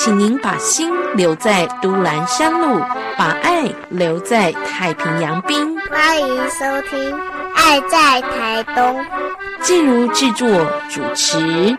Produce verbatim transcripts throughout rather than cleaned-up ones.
请您把心留在都兰山路，把爱留在太平洋滨。 欢迎收听《爱在台东》， 静茹制作主持。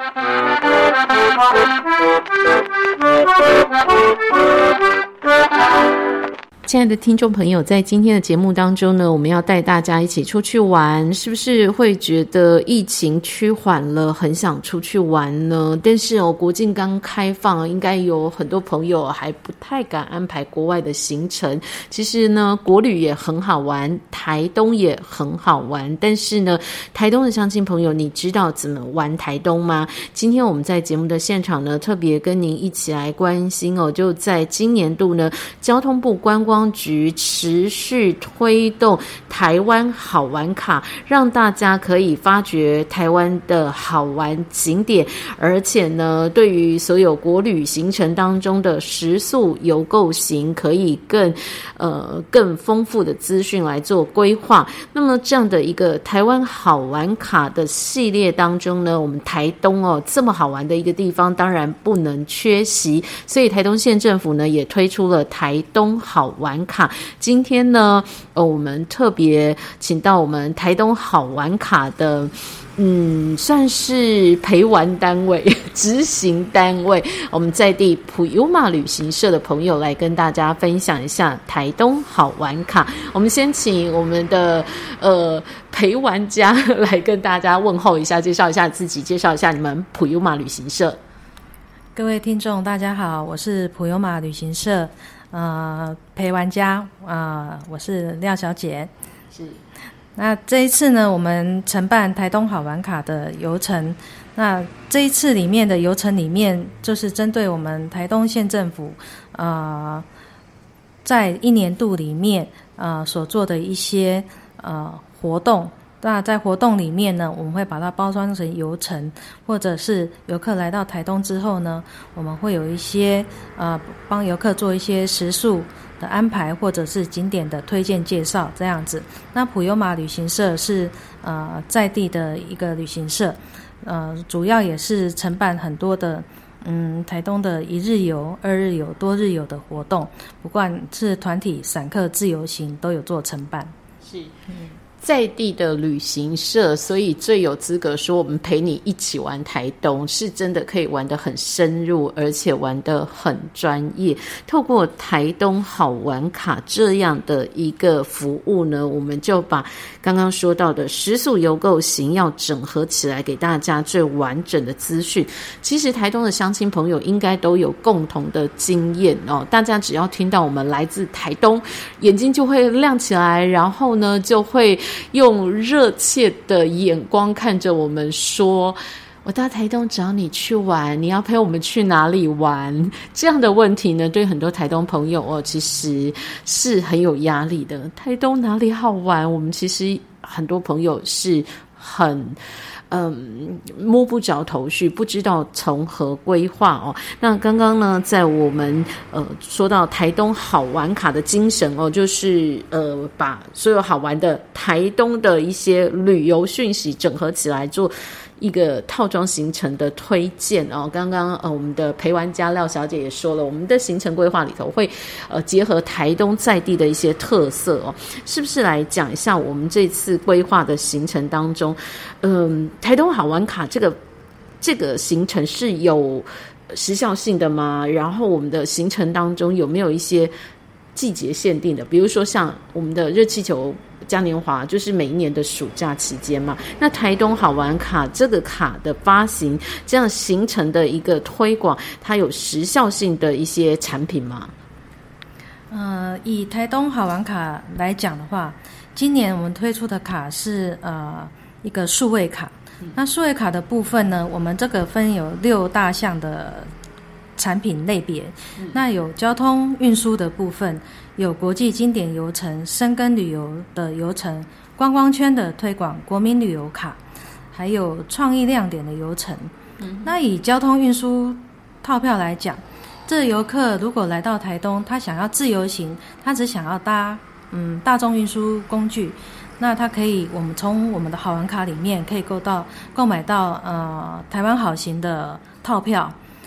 亲爱的听众朋友，在今天的节目当中呢，我们要带大家一起出去玩，是不是会觉得疫情趋缓了，很想出去玩呢？但是哦，国境刚开放，应该有很多朋友还不太敢安排国外的行程。其实呢，国旅也很好玩，台东也很好玩，但是呢，台东的乡亲朋友，你知道怎么玩台东吗？今天我们在节目的现场呢，特别跟您一起来关心哦，就在今年度呢，交通部观光局持续推动台湾好玩卡，让大家可以发掘台湾的好玩景点，而且呢，对于所有国旅行程当中的食宿游购行，可以更呃更丰富的资讯来做规划。那么这样的一个台湾好玩卡的系列当中呢，我们台东哦这么好玩的一个地方，当然不能缺席，所以台东县政府呢也推出了台东好玩卡。今天呢，呃，我们特别请到我们台东好玩卡的，嗯，算是陪玩单位、执行单位，我们在地普悠玛旅行社的朋友来跟大家分享一下台东好玩卡。我们先请我们的呃陪玩家来跟大家问候一下，介绍一下自己，介绍一下你们普悠玛旅行社。 各位听众大家好，我是普悠玛旅行社呃陪玩家，呃我是廖小姐。 是。 那这一次呢，我们承办台东好玩卡的游程，那这一次里面的游程里面，就是针对我们台东县政府呃在一年度里面呃所做的一些呃活动。那在活动里面呢，我们会把它包装成游程，或者是游客来到台东之后呢，我们会有一些呃帮游客做一些食宿的安排，或者是景点的推荐介绍这样子。那普悠玛旅行社是呃在地的一个旅行社，呃主要也是承办很多的嗯台东的一日游、二日游、多日游的活动，不管是团体、散客、自由行都有做承办。 是，嗯。在地的旅行社，所以最有资格说我们陪你一起玩台东，是真的可以玩得很深入，而且玩得很专业。透过台东好玩卡这样的一个服务呢，我们就把刚刚说到的食宿游购行要整合起来，给大家最完整的资讯。其实台东的乡亲朋友应该都有共同的经验哦，大家只要听到我们来自台东，眼睛就会亮起来，然后呢就会用热切的眼光看着我们说，我到台东找你去玩，你要陪我们去哪里玩？这样的问题呢，对很多台东朋友哦，其实是很有压力的。台东哪里好玩？我们其实很多朋友是很嗯，摸不着头绪，不知道从何规划哦。那刚刚呢，在我们呃说到台东好玩卡的精神哦，就是呃把所有好玩的台东的一些旅游讯息整合起来，做一个套装行程的推荐哦。刚刚呃我们的陪玩家廖小姐也说了，我们的行程规划里头会呃结合台东在地的一些特色哦，是不是来讲一下我们这次规划的行程当中，嗯、呃，台东好玩卡这个这个行程是有时效性的吗？然后我们的行程当中有没有一些季节限定的？比如说像我们的热气球嘉年华，就是每一年的暑假期间嘛。那台东好玩卡这个卡的发行，这样形成的一个推广，它有时效性的一些产品吗？ 呃，以台东好玩卡来讲的话，今年我们推出的卡是呃一个数位卡。嗯、那数位卡的部分呢，我们这个分有六大项的产品类别。嗯、那有交通运输的部分，有国际经典游程、深耕旅游的游程、观光圈的推广、国民旅游卡，还有创意亮点的游程。嗯、那以交通运输套票来讲，这游客如果来到台东，他想要自由行，他只想要搭嗯大众运输工具，那他可以我们从我们的好玩卡里面可以购到购买到呃台湾好行的套票。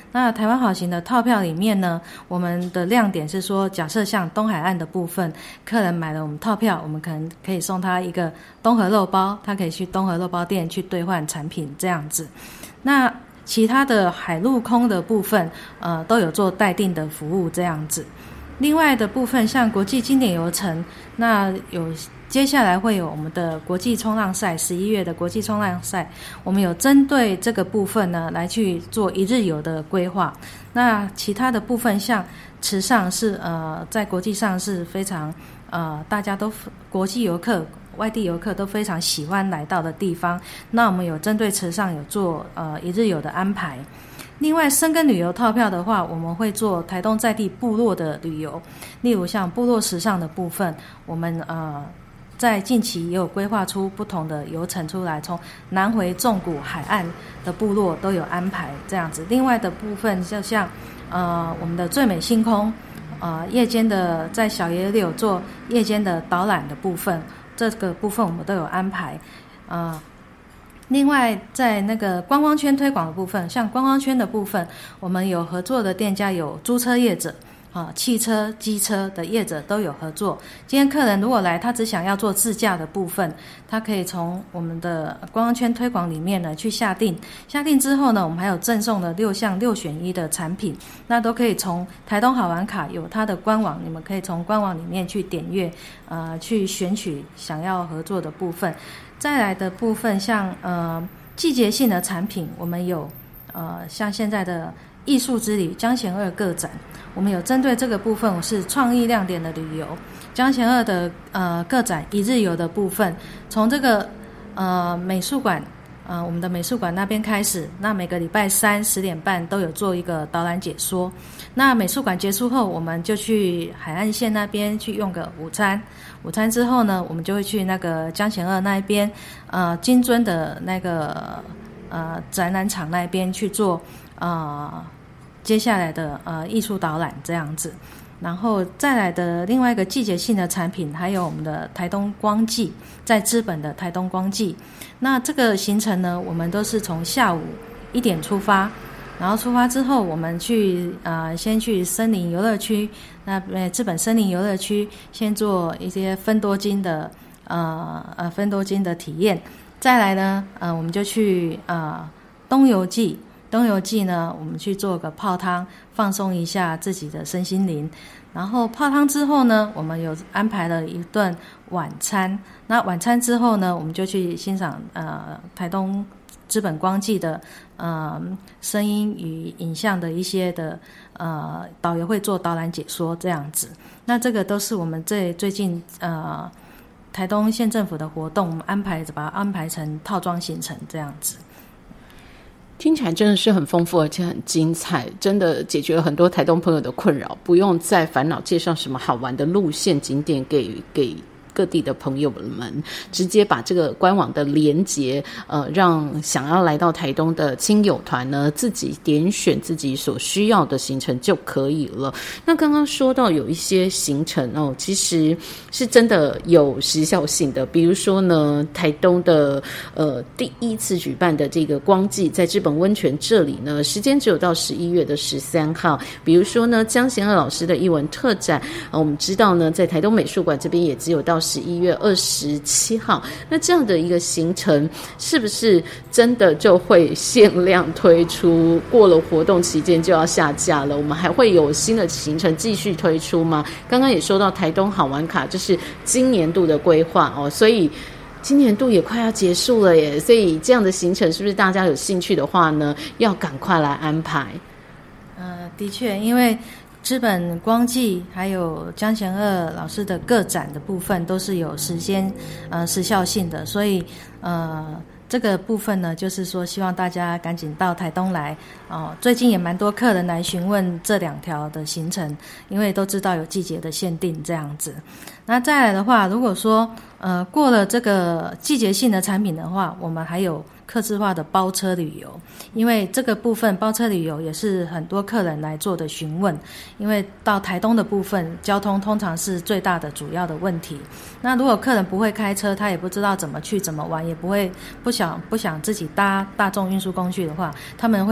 那台湾好行的套票里面呢，我们的亮点是说，假设像东海岸的部分，客人买了我们套票，我们可能可以送他一个东河肉包，他可以去东河肉包店去兑换产品这样子。那其他的海陆空的部分，呃，都有做待定的服务这样子。另外的部分，像国际经典游程，那有接下来会有我们的国际冲浪赛，十一月的国际冲浪赛，我们有针对这个部分呢来去做一日游的规划。那其他的部分，像池上是呃在国际上是非常呃大家都国际游客、外地游客都非常喜欢来到的地方。那我们有针对池上有做呃一日游的安排。另外，深耕旅游套票的话，我们会做台东在地部落的旅游，例如像部落时尚的部分，我们呃在近期也有规划出不同的游程出来，从南回纵谷海岸的部落都有安排这样子。另外的部分就像呃我们的最美星空，呃夜间的在小野柳做夜间的导览的部分，这个部分我们都有安排。呃另外，在那个观光圈推广的部分，像观光圈的部分，我们有合作的店家有租车业者啊、汽车、机车的业者都有合作。今天客人如果来，他只想要做自驾的部分，他可以从我们的观光圈推广里面呢去下定。下定之后呢，我们还有赠送的六项六选一的产品，那都可以从台东好玩卡有它的官网，你们可以从官网里面去点阅，呃，去选取想要合作的部分。再来的部分，像呃季节性的产品，我们有呃像现在的艺术之旅江贤二个展，我们有针对这个部分，我是创意亮点的旅游江贤二的呃个展一日游的部分，从这个呃美术馆呃我们的美术馆那边开始，那每个礼拜三十点半都有做一个导览解说。那美术馆结束后，我们就去海岸线那边去用个午餐。午餐之后呢，我们就会去那个江贤二那一边，呃，金樽的那个呃展览场那边去做呃接下来的呃艺术导览这样子。然后再来的另外一个季节性的产品，还有我们的台东光季，在知本的台东光季。那这个行程呢，我们都是从下午一点出发。然后出发之后，我们去呃先去森林游乐区，那呃知本森林游乐区先做一些分多金的呃呃分多金的体验，再来呢呃我们就去呃东游记，东游记呢我们去做个泡汤，放松一下自己的身心灵。然后泡汤之后呢，我们有安排了一顿晚餐，那晚餐之后呢，我们就去欣赏呃台东知本光季的呃声音与影像的一些的呃导游会做导览解说这样子。那这个都是我们这最近呃台东县政府的活动，我们安排把它安排成套装行程这样子。 听起来真的是很丰富而且很精彩，真的解决了很多台东朋友的困扰，不用再烦恼介绍什么好玩的路线景点给给各地的朋友们，直接把这个官网的连结呃，让想要来到台东的亲友团呢自己点选自己所需要的行程就可以了。那刚刚说到有一些行程哦，其实是真的有时效性的，比如说呢台东的呃第一次举办的这个光季在知本温泉这里呢，时间只有到十一月的十三号。比如说呢江贤二老师的艺文特展、呃、我们知道呢在台东美术馆这边也只有到十一月二十七号，那这样的一个行程是不是真的就会限量推出，过了活动期间就要下架了？我们还会有新的行程继续推出吗？刚刚也说到台东好玩卡就是今年度的规划哦，所以今年度也快要结束了耶，所以这样的行程是不是大家有兴趣的话呢要赶快来安排？ 呃，的确，因为知本光季还有江贤二老师的个展的部分都是有时间呃时效性的，所以呃这个部分呢，就是说希望大家赶紧到台东来哦。最近也蛮多客人来询问这两条的行程，因为都知道有季节的限定这样子。那再来的话，如果说呃过了这个季节性的产品的话，我们还有客制化的包车旅游，因为这个部分包车旅游也是很多客人来做的询问，因为到台东的部分交通通常是最大的主要的问题。那如果客人不会开车，他也不知道怎么去怎么玩，也不会不想不想自己搭大众运输工具的话，他们会选择坐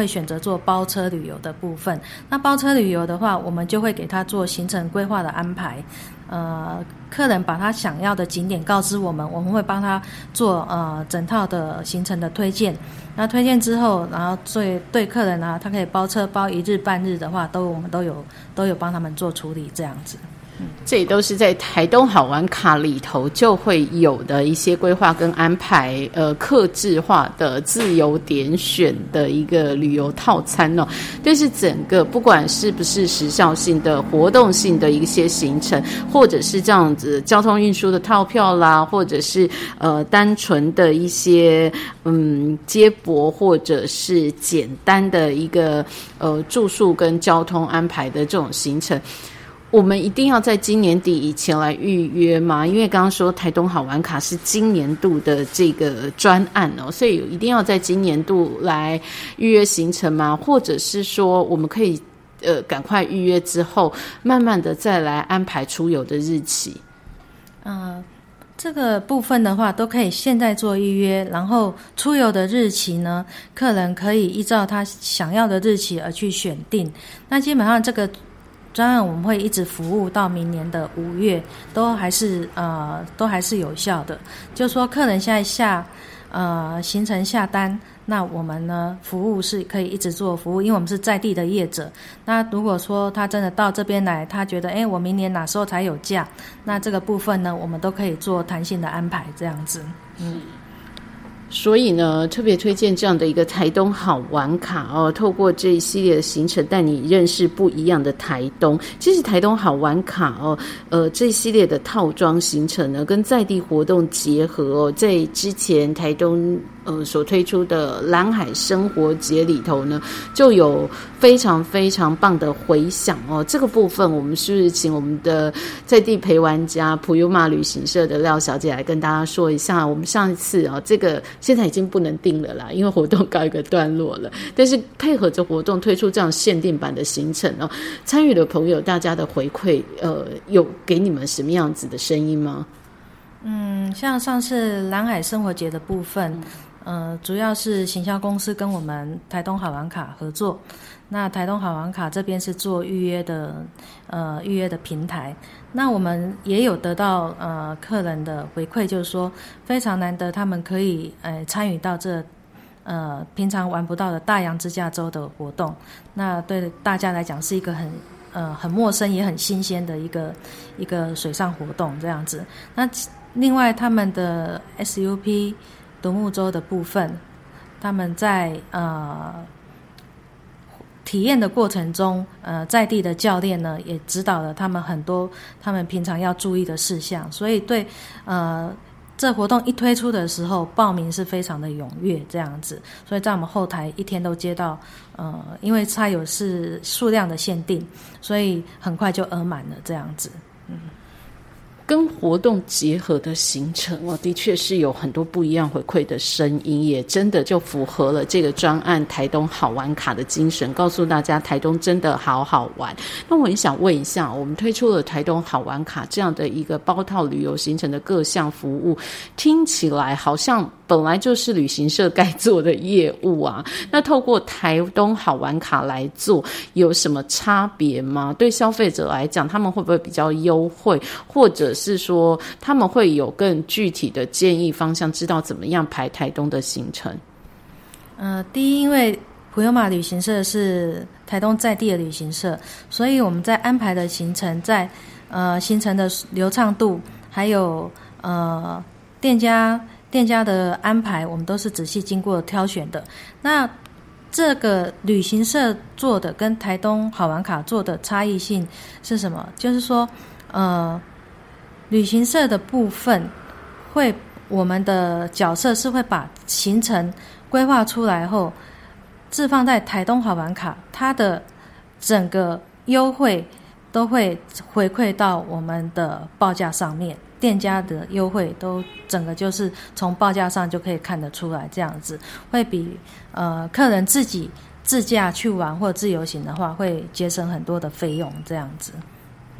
做包车旅游的部分。那包车旅游的话，我们就会给他做行程规划的安排。呃，客人把他想要的景点告知我们，我们会帮他做呃整套的行程的推荐。那推荐之后，然后对对客人啊，他可以包车包一日半日的话，都我们都有都有帮他们做处理这样子。 这也都是在台东好玩卡里头就会有的一些规划跟安排，呃，客制化的自由点选的一个旅游套餐哦。但是整个不管是不是时效性的、活动性的一些行程，或者是这样子交通运输的套票啦，或者是呃单纯的一些嗯接驳，或者是简单的一个呃住宿跟交通安排的这种行程。我们一定要在今年底以前来预约吗？因为刚刚说台东好玩卡是今年度的这个专案哦，所以一定要在今年度来预约行程吗？或者是说我们可以呃赶快预约之后，慢慢的再来安排出游的日期？ 呃，这个部分的话都可以现在做预约，然后出游的日期呢，客人可以依照他想要的日期而去选定。那基本上这个专案我们会一直服务到明年的五月，都还是呃都还是有效的。就是说客人现在下呃行程下单，那我们呢服务是可以一直做服务，因为我们是在地的业者。那如果说他真的到这边来，他觉得诶我明年哪时候才有假，那这个部分呢我们都可以做弹性的安排这样子。嗯。 所以呢，特别推荐这样的一个台东好玩卡哦，透过这一系列的行程带你认识不一样的台东。其实台东好玩卡哦，呃，这一系列的套装行程呢，跟在地活动结合哦，在之前台东呃所推出的蓝海生活节里头呢，就有非常非常棒的回响哦。这个部分我们是不是请我们的在地陪玩家普悠玛旅行社的廖小姐来跟大家说一下？我们上一次哦，这个现在已经不能定了啦，因为活动告一个段落了。但是配合着活动推出这样限定版的行程哦，参与的朋友大家的回馈，呃，有给你们什么样子的声音吗？ 嗯，像上次蓝海生活节的部分，呃，主要是行销公司跟我们台东好玩卡合作。那台东好玩卡这边是做预约的，呃，预约的平台。那我们也有得到呃客人的回馈，就是说非常难得他们可以呃参与到这呃平常玩不到的大洋之下州的活动。那对大家来讲是一个很呃很陌生也很新鲜的一个一个水上活动这样子。那另外他们的 S U P 独木舟的部分，他们在呃体验的过程中，呃，在地的教练呢也指导了他们很多他们平常要注意的事项，所以对呃这活动一推出的时候，报名是非常的踊跃这样子，所以在我们后台一天都接到呃，因为它有是数量的限定，所以很快就额满了这样子。嗯。 跟活动结合的行程哦，的确是有很多不一样回馈的声音，也真的就符合了这个专案台东好玩卡的精神，告诉大家台东真的好好玩。那我很想问一下，我们推出了台东好玩卡这样的一个包套旅游行程的各项服务，听起来好像本来就是旅行社该做的业务啊，那透过台东好玩卡来做有什么差别吗？对消费者来讲，他们会不会比较优惠，或者是说他们会有更具体的建议方向，知道怎么样排台东的行程？ 呃，第一，因为普悠玛旅行社是台东在地的旅行社，所以我们在安排的行程，在呃行程的流畅度，还有呃店家店家的安排，我们都是仔细经过挑选的。那这个旅行社做的跟台东好玩卡做的差异性是什么？就是说，呃。旅行社的部分会，我们的角色是会把行程规划出来后，置放在台东好玩卡，它的整个优惠都会回馈到我们的报价上面，店家的优惠都整个就是从报价上就可以看得出来，这样子会比呃客人自己自驾去玩或自由行的话，会节省很多的费用，这样子。嗯。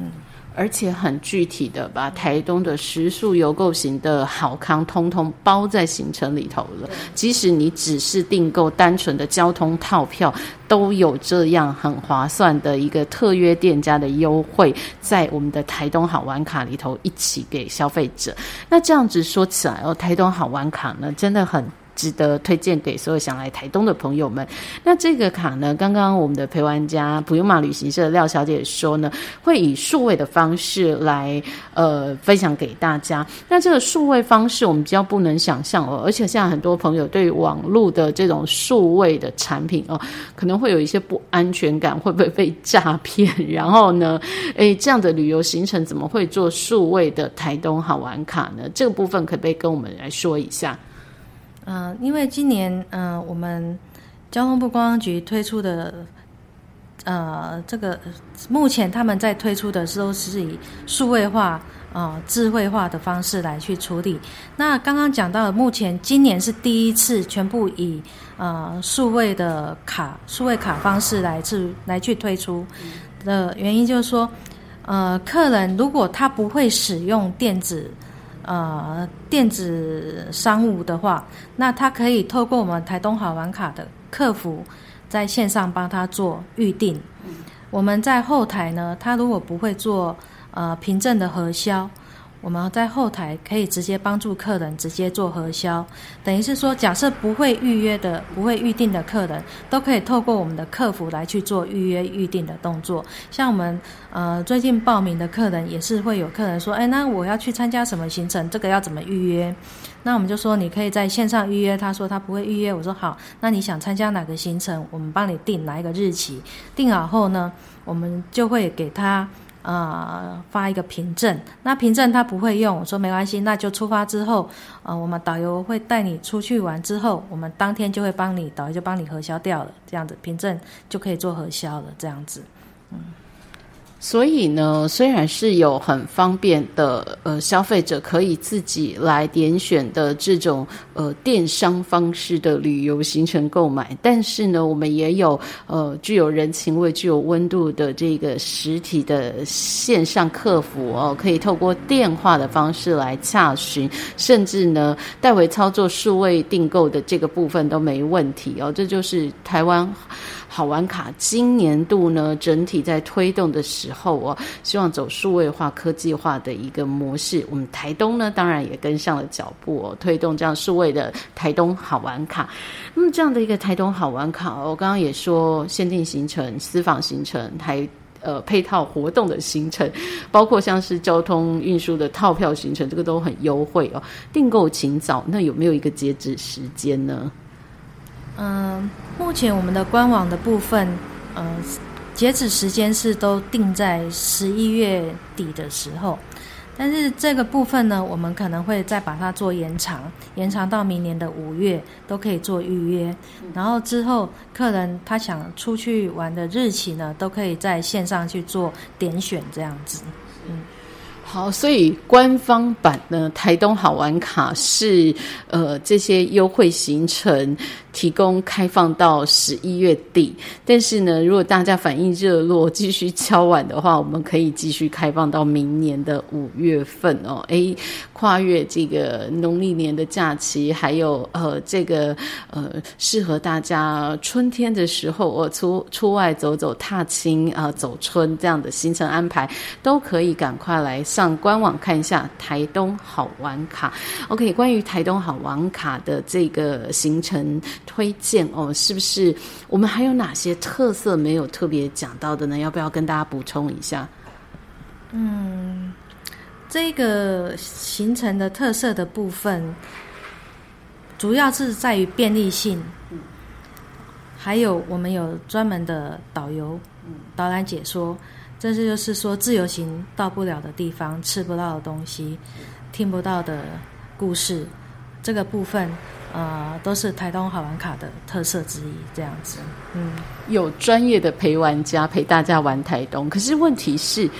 而且很具体的把台东的食宿游购型的好康通通包在行程里头了。即使你只是订购单纯的交通套票，都有这样很划算的一个特约店家的优惠，在我们的台东好玩卡里头一起给消费者。那这样子说起来哦，台东好玩卡呢，真的很值得推荐给所有想来台东的朋友们。那这个卡呢，刚刚我们的陪玩家普悠玛旅行社的廖小姐说呢，会以数位的方式来呃分享给大家。那这个数位方式我们比较不能想象哦，而且现在很多朋友对网络的这种数位的产品哦，可能会有一些不安全感，会不会被诈骗？然后呢，诶，这样的旅游行程怎么会做数位的台东好玩卡呢？这个部分可不可以跟我们来说一下？ 嗯、呃，因为今年嗯、呃，我们交通部观光局推出的呃，这个目前他们在推出的都是以数位化、呃智慧化的方式来去处理。那刚刚讲到的，目前今年是第一次全部以呃数位的卡、数位卡方式来去来去推出的原因，就是说，呃，客人如果他不会使用电子。呃，电子商务的话，那他可以透过我们台东好玩卡的客服在线上帮他做预定。嗯、我们在后台呢，他如果不会做呃凭证的核销，我们在后台可以直接帮助客人直接做核销，等于是说，假设不会预约的、不会预定的客人，都可以透过我们的客服来去做预约预定的动作。像我们呃最近报名的客人，也是会有客人说，哎，那我要去参加什么行程，这个要怎么预约？那我们就说你可以在线上预约，他说他不会预约，我说好，那你想参加哪个行程，我们帮你定哪一个日期，定好后呢，我们就会给他呃，发一个凭证，那凭证他不会用，我说没关系，那就出发之后，呃，我们导游会带你出去玩之后，我们当天就会帮你，导游就帮你核销掉了，这样子凭证就可以做核销了，这样子，嗯。 所以呢，虽然是有很方便的呃消费者可以自己来点选的这种呃电商方式的旅游行程购买，但是呢，我们也有呃具有人情味、具有温度的这个实体的线上客服哦，可以透过电话的方式来洽询，甚至呢代为操作数位订购的这个部分都没问题哦。这就是台湾好玩卡今年度呢整体在推动的时候哦，希望走数位化、科技化的一个模式。我们台东呢当然也跟上了脚步哦，推动这样数位的台东好玩卡。那么这样的一个台东好玩卡哦，我刚刚也说限定行程、私房行程还呃配套活动的行程，包括像是交通运输的套票行程，这个都很优惠哦。订购请早，那有没有一个截止时间呢？ 嗯，目前我们的官网的部分，呃，截止时间是都定在十一月底的时候，但是这个部分呢，我们可能会再把它做延长，延长到明年的五月都可以做预约，然后之后客人他想出去玩的日期呢，都可以在线上去做点选这样子，嗯。 好，所以官方版呢，台东好玩卡是呃这些优惠行程提供开放到十一月底，但是呢，如果大家反应热络，继续敲碗的话，我们可以继续开放到明年的五月份哦。诶，跨越这个农历年的假期，还有呃这个呃适合大家春天的时候，我、呃、出出外走走、踏青啊、呃、走春这样的行程安排，都可以赶快来上官网看一下台东好玩卡。 OK， 关于台东好玩卡的这个行程推荐哦，是不是我们还有哪些特色没有特别讲到的呢？要不要跟大家补充一下？ 嗯，这个行程的特色的部分主要是在于便利性，还有我们有专门的导游导览解说，这就是说自由行到不了的地方，吃不到的东西，听不到的故事，这个部分呃，都是台东好玩卡的特色之一，这样子。嗯， 有专业的陪玩家陪大家玩台东，可是问题是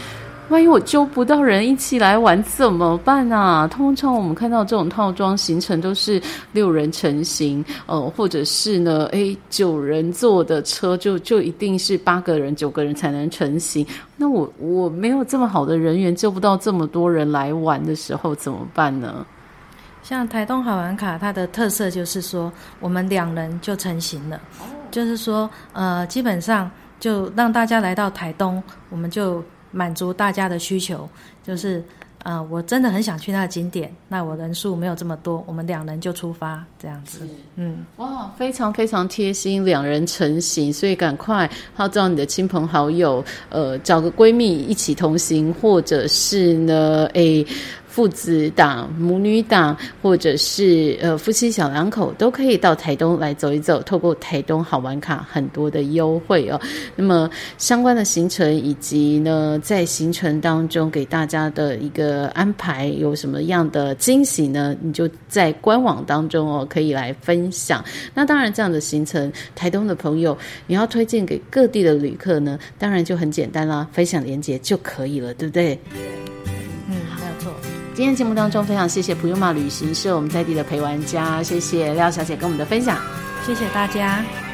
万一我揪不到人一起来玩怎么办啊？通常我们看到这种套装行程都是六人成行，呃，或者是呢，哎，九人坐的车就就一定是八个人、九个人才能成行。那我我没有这么好的人缘，揪不到这么多人来玩的时候怎么办呢？ 像台东好玩卡，它的特色就是说，我们两人就成行了，就是说，呃，基本上就让大家来到台东，我们就满足大家的需求，就是呃，我真的很想去那个景点，那我人数没有这么多，我们两人就出发这样子。嗯， 哇，非常非常贴心，两人成行，所以赶快号召你的亲朋好友，呃，找个闺蜜一起同行，或者是呢，诶。父子档、母女档，或者是呃夫妻小两口，都可以到台东来走一走。透过台东好玩卡，很多的优惠哦。那么相关的行程以及呢，在行程当中给大家的一个安排有什么样的惊喜呢？你就在官网当中哦，可以来分享。那当然，这样的行程，台东的朋友，你要推荐给各地的旅客呢，当然就很简单啦，分享连结就可以了，对不对？ 嗯，没有错。 今天节目当中非常谢谢普悠玛旅行社我们在地的陪玩家，谢谢廖小姐跟我们的分享， 谢谢大家。